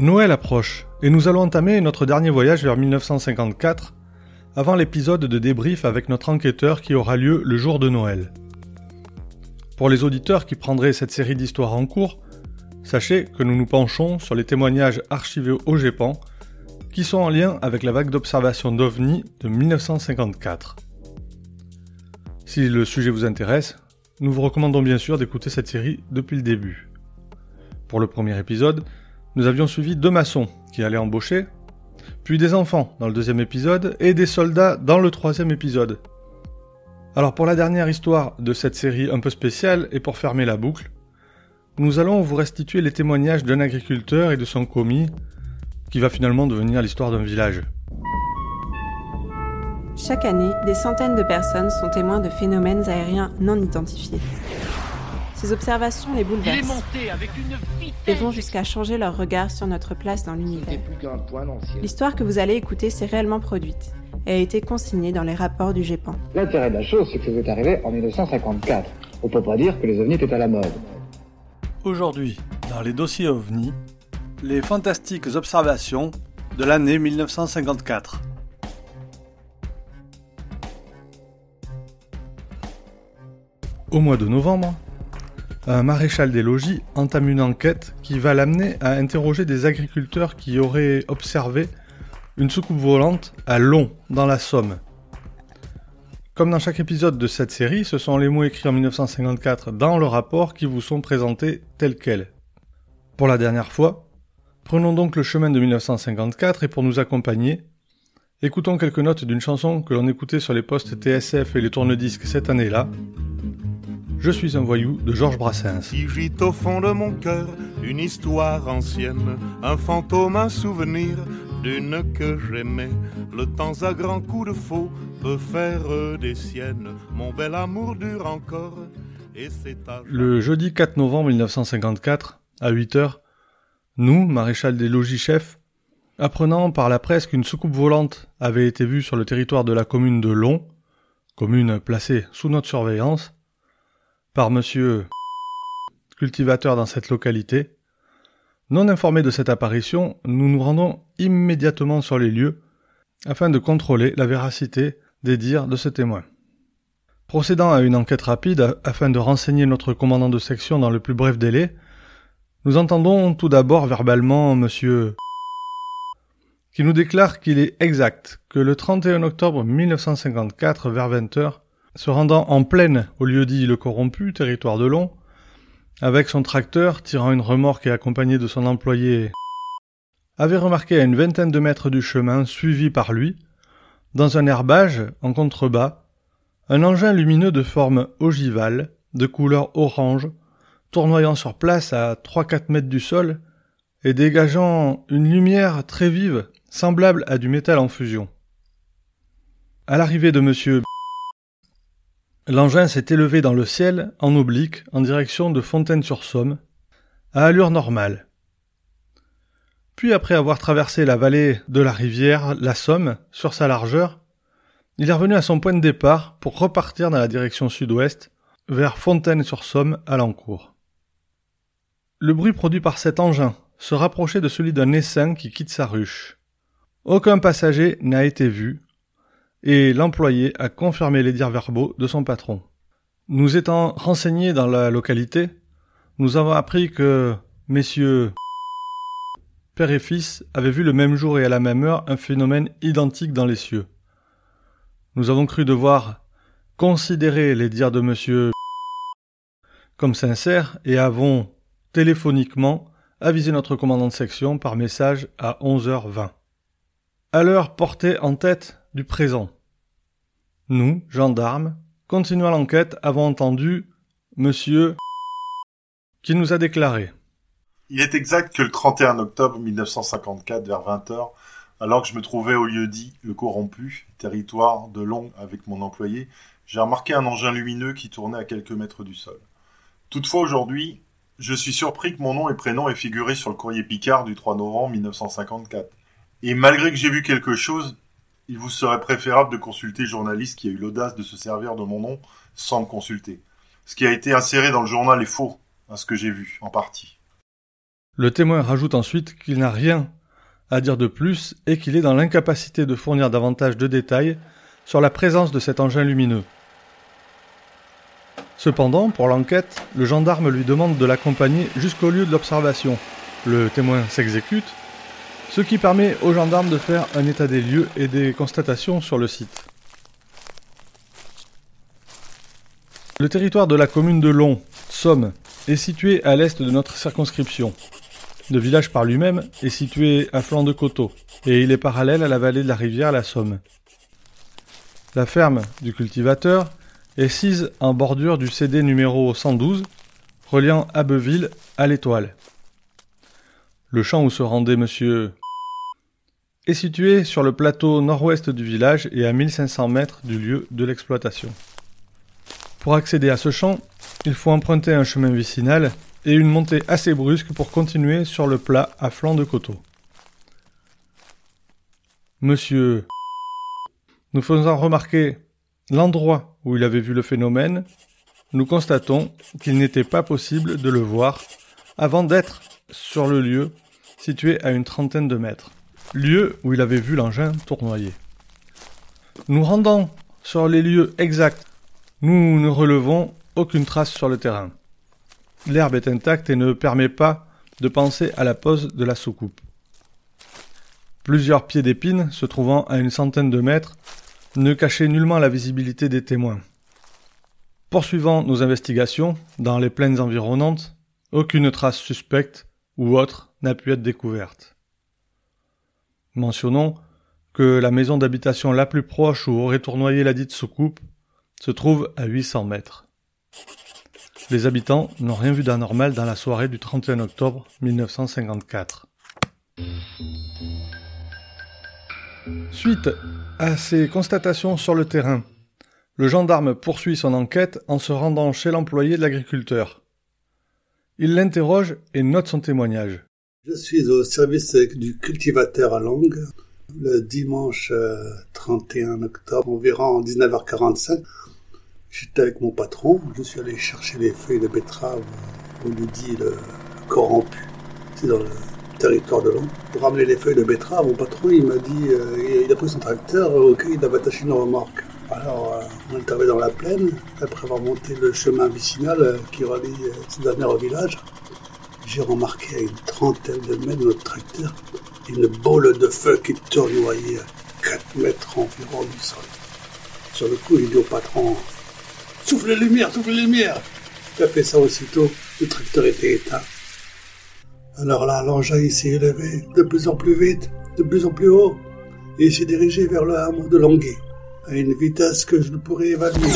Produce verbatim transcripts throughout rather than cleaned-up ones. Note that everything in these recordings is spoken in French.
Noël approche, et nous allons entamer notre dernier voyage vers mille neuf cent cinquante-quatre, avant l'épisode de débrief avec notre enquêteur qui aura lieu le jour de Noël. Pour les auditeurs qui prendraient cette série d'histoires en cours, sachez que nous nous penchons sur les témoignages archivés au Japon qui sont en lien avec la vague d'observation d'OVNI de mille neuf cent cinquante-quatre. Si le sujet vous intéresse, nous vous recommandons bien sûr d'écouter cette série depuis le début. Pour le premier épisode, nous avions suivi deux maçons qui allaient embaucher, puis des enfants dans le deuxième épisode et des soldats dans le troisième épisode. Alors pour la dernière histoire de cette série un peu spéciale et pour fermer la boucle, nous allons vous restituer les témoignages d'un agriculteur et de son commis qui va finalement devenir l'histoire d'un village. Chaque année, des centaines de personnes sont témoins de phénomènes aériens non identifiés. Ces observations les bouleversent et vont jusqu'à changer leur regard sur notre place dans l'univers. L'histoire que vous allez écouter s'est réellement produite et a été consignée dans les rapports du Japon. L'intérêt de la chose, c'est que ça est arrivé en mille neuf cent cinquante-quatre. On peut pas dire que les ovnis étaient à la mode. Aujourd'hui, dans les dossiers OVNI, les fantastiques observations de l'année mille neuf cent cinquante-quatre. Au mois de novembre, un maréchal des logis entame une enquête qui va l'amener à interroger des agriculteurs qui auraient observé une soucoupe volante à Long, dans la Somme. Comme dans chaque épisode de cette série, ce sont les mots écrits en mille neuf cent cinquante-quatre dans le rapport qui vous sont présentés tels quels. Pour la dernière fois, prenons donc le chemin de mille neuf cent cinquante-quatre et pour nous accompagner, écoutons quelques notes d'une chanson que l'on écoutait sur les postes T S F et les tourne-disques cette année-là. Je suis un voyou de Georges Brassens. Si gîte au fond de mon cœur une histoire ancienne, un fantôme, un souvenir d'une que j'aimais. Le temps à grands coups de faux peut faire des siennes. Mon bel amour dure encore et c'est à... Le jeudi quatre novembre mille neuf cent cinquante-quatre, à huit heures, nous, maréchal des logis chefs, apprenant par la presse qu'une soucoupe volante avait été vue sur le territoire de la commune de Long, commune placée sous notre surveillance, par monsieur cultivateur dans cette localité. Non informés de cette apparition, nous nous rendons immédiatement sur les lieux afin de contrôler la véracité des dires de ce témoin. Procédant à une enquête rapide afin de renseigner notre commandant de section dans le plus bref délai, nous entendons tout d'abord verbalement monsieur qui nous déclare qu'il est exact que le trente et un octobre mille neuf cent cinquante-quatre vers vingt heures, se rendant en plaine au lieu-dit Le Corrompu, territoire de Long, avec son tracteur tirant une remorque et accompagné de son employé, avait remarqué à une vingtaine de mètres du chemin suivi par lui, dans un herbage en contrebas, un engin lumineux de forme ogivale, de couleur orange, tournoyant sur place à trois à quatre mètres du sol et dégageant une lumière très vive, semblable à du métal en fusion. À l'arrivée de monsieur l'engin s'est élevé dans le ciel, en oblique, en direction de Fontaine-sur-Somme, à allure normale. Puis après avoir traversé la vallée de la rivière, la Somme, sur sa largeur, il est revenu à son point de départ pour repartir dans la direction sud-ouest, vers Fontaine-sur-Somme, à l'encours. Le bruit produit par cet engin se rapprochait de celui d'un essaim qui quitte sa ruche. Aucun passager n'a été vu, et l'employé a confirmé les dires verbaux de son patron. Nous étant renseignés dans la localité, nous avons appris que messieurs père et fils avaient vu le même jour et à la même heure un phénomène identique dans les cieux. Nous avons cru devoir considérer les dires de monsieur comme sincères et avons téléphoniquement avisé notre commandant de section par message à onze heures vingt. À l'heure portée en tête du présent. Nous, gendarmes, continuant l'enquête, avons entendu monsieur qui nous a déclaré. Il est exact que le trente et un octobre mille neuf cent cinquante-quatre vers vingt heures, alors que je me trouvais au lieu-dit Le Corrompu, territoire de Long avec mon employé, j'ai remarqué un engin lumineux qui tournait à quelques mètres du sol. Toutefois aujourd'hui, je suis surpris que mon nom et prénom aient figuré sur le courrier Picard du trois novembre mille neuf cent cinquante-quatre. Et malgré que j'ai vu quelque chose, il vous serait préférable de consulter le journaliste qui a eu l'audace de se servir de mon nom sans me consulter. Ce qui a été inséré dans le journal est faux, à ce que j'ai vu, en partie. Le témoin rajoute ensuite qu'il n'a rien à dire de plus et qu'il est dans l'incapacité de fournir davantage de détails sur la présence de cet engin lumineux. Cependant, pour l'enquête, le gendarme lui demande de l'accompagner jusqu'au lieu de l'observation. Le témoin s'exécute, ce qui permet au gendarme de faire un état des lieux et des constatations sur le site. Le territoire de la commune de Long, Somme, est situé à l'est de notre circonscription. Le village par lui-même est situé à flanc de coteau, et il est parallèle à la vallée de la rivière la Somme. La ferme du cultivateur est sise en bordure du C D numéro cent douze, reliant Abbeville à l'Étoile. Le champ où se rendait monsieur est situé sur le plateau nord-ouest du village et à mille cinq cents mètres du lieu de l'exploitation. Pour accéder à ce champ, il faut emprunter un chemin vicinal et une montée assez brusque pour continuer sur le plat à flanc de coteau. Monsieur nous faisant remarquer l'endroit où il avait vu le phénomène, nous constatons qu'il n'était pas possible de le voir avant d'être sur le lieu situé à une trentaine de mètres, lieu où il avait vu l'engin tournoyer. Nous rendant sur les lieux exacts, nous ne relevons aucune trace sur le terrain. L'herbe est intacte et ne permet pas de penser à la pose de la soucoupe. Plusieurs pieds d'épines, se trouvant à une centaine de mètres, ne cachaient nullement la visibilité des témoins. Poursuivant nos investigations, dans les plaines environnantes, aucune trace suspecte ou autre n'a pu être découverte. Mentionnons que la maison d'habitation la plus proche où aurait tournoyé la dite soucoupe se trouve à huit cents mètres. Les habitants n'ont rien vu d'anormal dans la soirée du trente et un octobre mille neuf cent cinquante-quatre. Suite à ces constatations sur le terrain, le gendarme poursuit son enquête en se rendant chez l'employé de l'agriculteur. Il l'interroge et note son témoignage. Je suis au service du cultivateur à Longue. Le dimanche trente et un octobre, environ dix-neuf heures quarante-cinq, j'étais avec mon patron. Je suis allé chercher les feuilles de betterave au lieu-dit le corrompu. C'est dans le territoire de Longue. Pour ramener les feuilles de betterave, mon patron il m'a dit euh, il a pris son tracteur auquel il avait attaché une remorque. Alors euh, on est arrivé dans la plaine, après avoir monté le chemin vicinal euh, qui relie euh, ce dernier au village. J'ai remarqué à une trentaine de mètres de notre tracteur une boule de feu qui tournoyait à quatre mètres environ du sol. Sur le coup, j'ai dit au patron « Souffle les lumières, souffle les lumières !» Il a fait ça aussitôt, le tracteur était éteint. Alors là, l'engin il s'est élevé de plus en plus vite, de plus en plus haut, et il s'est dirigé vers le hameau de Languet, à une vitesse que je ne pourrais évaluer.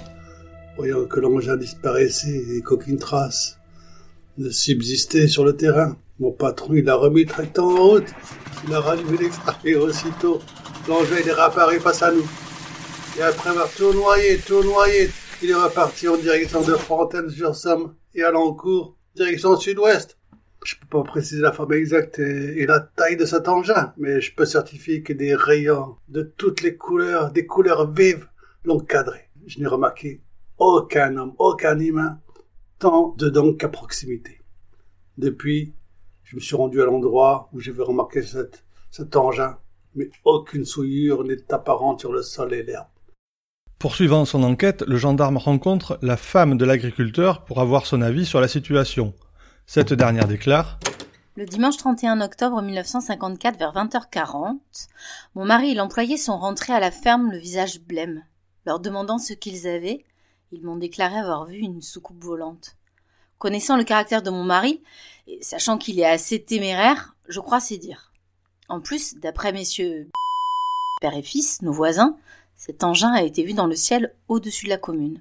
Voyant que l'engin disparaissait et qu'aucune trace ne subsistait sur le terrain, mon patron il a remis le tracteur en route, il a rallumé l'extraire aussitôt, l'engin il est réapparu face à nous. Et après avoir tournoyé, tournoyé, il est reparti en direction de Fontaine-sur-Somme et à l'encours, direction sud-ouest. Je peux pas préciser la forme exacte et, et la taille de cet engin, mais je peux certifier que des rayons de toutes les couleurs, des couleurs vives, l'ont cadré. Je n'ai remarqué aucun homme, aucun humain, tant dedans qu'à proximité. Depuis, je me suis rendu à l'endroit où j'avais remarqué cette, cet engin, mais aucune souillure n'est apparente sur le sol et l'herbe. Poursuivant son enquête, le gendarme rencontre la femme de l'agriculteur pour avoir son avis sur la situation. Cette dernière déclare « Le dimanche trente et un octobre mille neuf cent cinquante-quatre vers vingt heures quarante, mon mari et l'employé sont rentrés à la ferme le visage blême. Leur demandant ce qu'ils avaient, ils m'ont déclaré avoir vu une soucoupe volante. Connaissant le caractère de mon mari, et sachant qu'il est assez téméraire, je crois c'est dire. En plus, d'après messieurs père et fils, nos voisins, cet engin a été vu dans le ciel au-dessus de la commune.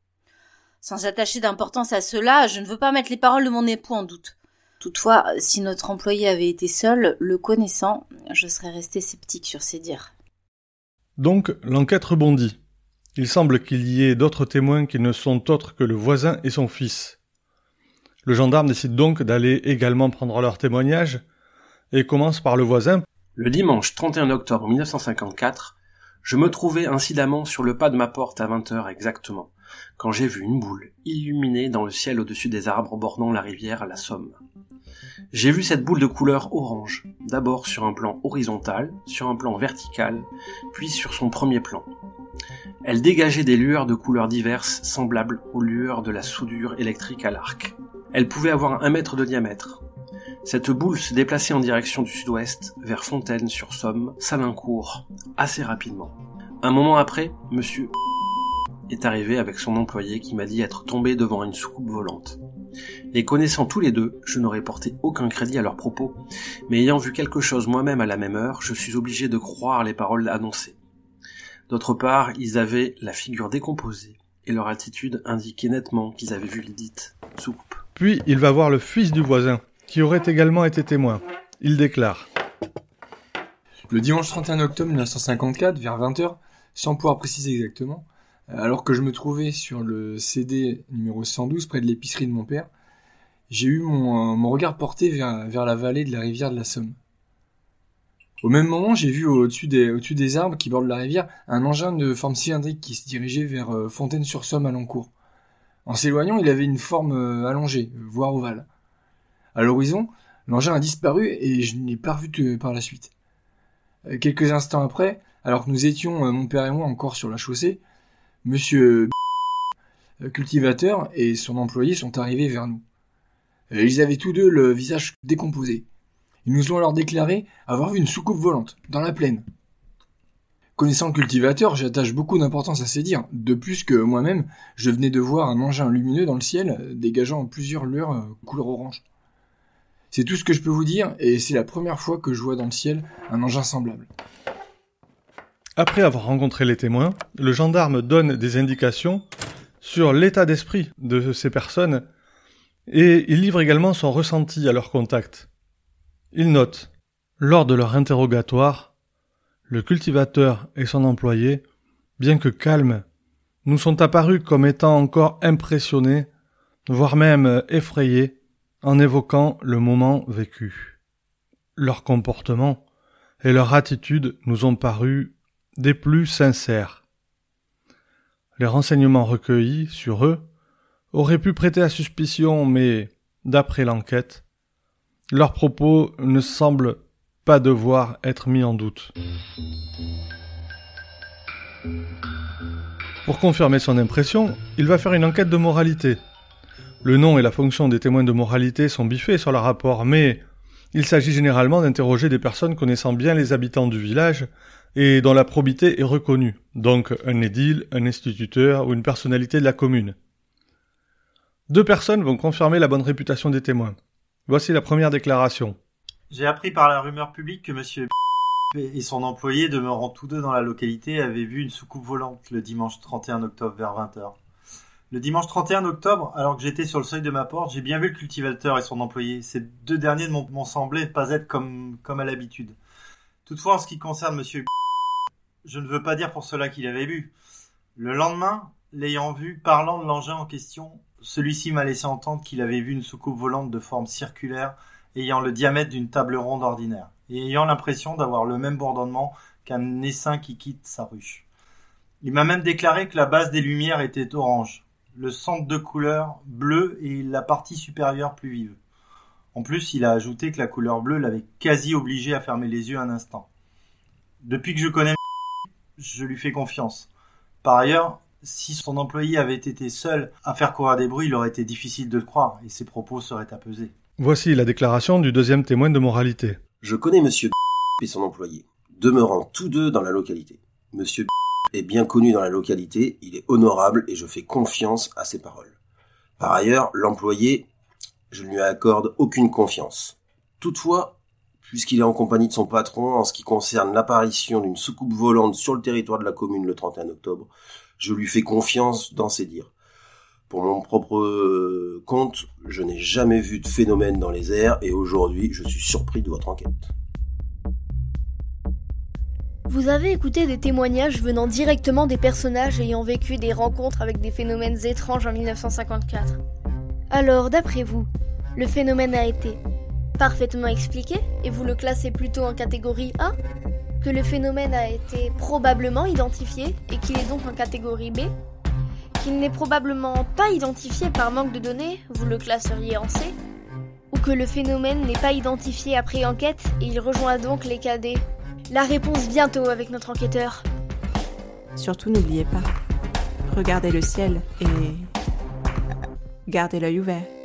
Sans attacher d'importance à cela, je ne veux pas mettre les paroles de mon époux en doute. Toutefois, si notre employé avait été seul, le connaissant, je serais resté sceptique sur ses dires. » Donc, l'enquête rebondit. Il semble qu'il y ait d'autres témoins qui ne sont autres que le voisin et son fils. Le gendarme décide donc d'aller également prendre leur témoignage et commence par le voisin. Le dimanche trente et un octobre mille neuf cent cinquante-quatre, je me trouvais incidemment sur le pas de ma porte à vingt heures exactement, quand j'ai vu une boule illuminée dans le ciel au-dessus des arbres bordant la rivière la Somme. J'ai vu cette boule de couleur orange, d'abord sur un plan horizontal, sur un plan vertical, puis sur son premier plan. Elle dégageait des lueurs de couleurs diverses, semblables aux lueurs de la soudure électrique à l'arc. Elle pouvait avoir un mètre de diamètre. Cette boule se déplaçait en direction du sud-ouest, vers Fontaine-sur-Somme, Salincourt, assez rapidement. Un moment après, monsieur est arrivé avec son employé qui m'a dit être tombé devant une soucoupe volante. Les connaissant tous les deux, je n'aurais porté aucun crédit à leurs propos, mais ayant vu quelque chose moi-même à la même heure, je suis obligé de croire les paroles annoncées. D'autre part, ils avaient la figure décomposée, et leur attitude indiquait nettement qu'ils avaient vu ledite soucoupe. Puis il va voir le fils du voisin, qui aurait également été témoin. Il déclare. Le dimanche trente et un octobre mille neuf cent cinquante-quatre, vers vingt heures, sans pouvoir préciser exactement, alors que je me trouvais sur le C D numéro cent douze près de l'épicerie de mon père, j'ai eu mon, euh, mon regard porté vers, vers la vallée de la rivière de la Somme. Au même moment, j'ai vu au-dessus des, au-dessus des arbres qui bordent la rivière un engin de forme cylindrique qui se dirigeait vers euh, Fontaine-sur-Somme à Lancourt. En s'éloignant, il avait une forme euh, allongée, voire ovale. À l'horizon, l'engin a disparu et je ne l'ai pas revu que par la suite. Euh, quelques instants après, alors que nous étions, euh, mon père et moi, encore sur la chaussée, Monsieur euh, cultivateur et son employé sont arrivés vers nous. Euh, ils avaient tous deux le visage décomposé. Ils nous ont alors déclaré avoir vu une soucoupe volante, dans la plaine. Connaissant le cultivateur, j'attache beaucoup d'importance à ces dires, de plus que moi-même, je venais de voir un engin lumineux dans le ciel, dégageant plusieurs lueurs euh, couleur orange. C'est tout ce que je peux vous dire, et c'est la première fois que je vois dans le ciel un engin semblable. Après avoir rencontré les témoins, le gendarme donne des indications sur l'état d'esprit de ces personnes, et il livre également son ressenti à leur contact. Il note, lors de leur interrogatoire, le cultivateur et son employé, bien que calmes, nous sont apparus comme étant encore impressionnés, voire même effrayés, en évoquant le moment vécu. Leur comportement et leur attitude nous ont paru des plus sincères. Les renseignements recueillis sur eux auraient pu prêter à suspicion, mais, d'après l'enquête, leurs propos ne semblent pas devoir être mis en doute. Pour confirmer son impression, il va faire une enquête de moralité. Le nom et la fonction des témoins de moralité sont biffés sur leur rapport, mais il s'agit généralement d'interroger des personnes connaissant bien les habitants du village et dont la probité est reconnue, donc un édile, un instituteur ou une personnalité de la commune. Deux personnes vont confirmer la bonne réputation des témoins. Voici la première déclaration. J'ai appris par la rumeur publique que monsieur et son employé, demeurant tous deux dans la localité, avaient vu une soucoupe volante le dimanche trente et un octobre vers vingt heures. Le dimanche trente et un octobre, alors que j'étais sur le seuil de ma porte, j'ai bien vu le cultivateur et son employé. Ces deux derniers m'ont, m'ont semblé pas être comme, comme à l'habitude. Toutefois, en ce qui concerne monsieur je ne veux pas dire pour cela qu'il avait bu. Le lendemain, l'ayant vu parlant de l'engin en question, celui-ci m'a laissé entendre qu'il avait vu une soucoupe volante de forme circulaire ayant le diamètre d'une table ronde ordinaire et ayant l'impression d'avoir le même bourdonnement qu'un essaim qui quitte sa ruche. Il m'a même déclaré que la base des lumières était orange, le centre de couleur bleu et la partie supérieure plus vive. En plus, il a ajouté que la couleur bleue l'avait quasi obligé à fermer les yeux un instant. Depuis que je connais je lui fais confiance. Par ailleurs, si son employé avait été seul à faire courir des bruits, il aurait été difficile de le croire et ses propos seraient à peser. Voici la déclaration du deuxième témoin de moralité. Je connais monsieur et son employé, demeurant tous deux dans la localité. Monsieur est bien connu dans la localité, il est honorable et je fais confiance à ses paroles. Par ailleurs, l'employé, je ne lui accorde aucune confiance. Toutefois, puisqu'il est en compagnie de son patron en ce qui concerne l'apparition d'une soucoupe volante sur le territoire de la commune le trente et un octobre, je lui fais confiance dans ses dires. Pour mon propre compte, je n'ai jamais vu de phénomène dans les airs et aujourd'hui, je suis surpris de votre enquête. Vous avez écouté des témoignages venant directement des personnages ayant vécu des rencontres avec des phénomènes étranges en mille neuf cent cinquante-quatre. Alors, d'après vous, le phénomène a été parfaitement expliqué et vous le classez plutôt en catégorie A, que le phénomène a été probablement identifié et qu'il est donc en catégorie B, qu'il n'est probablement pas identifié par manque de données, vous le classeriez en C, ou que le phénomène n'est pas identifié après enquête et il rejoint donc les cadets. La réponse bientôt avec notre enquêteur. Surtout n'oubliez pas, regardez le ciel et gardez l'œil ouvert.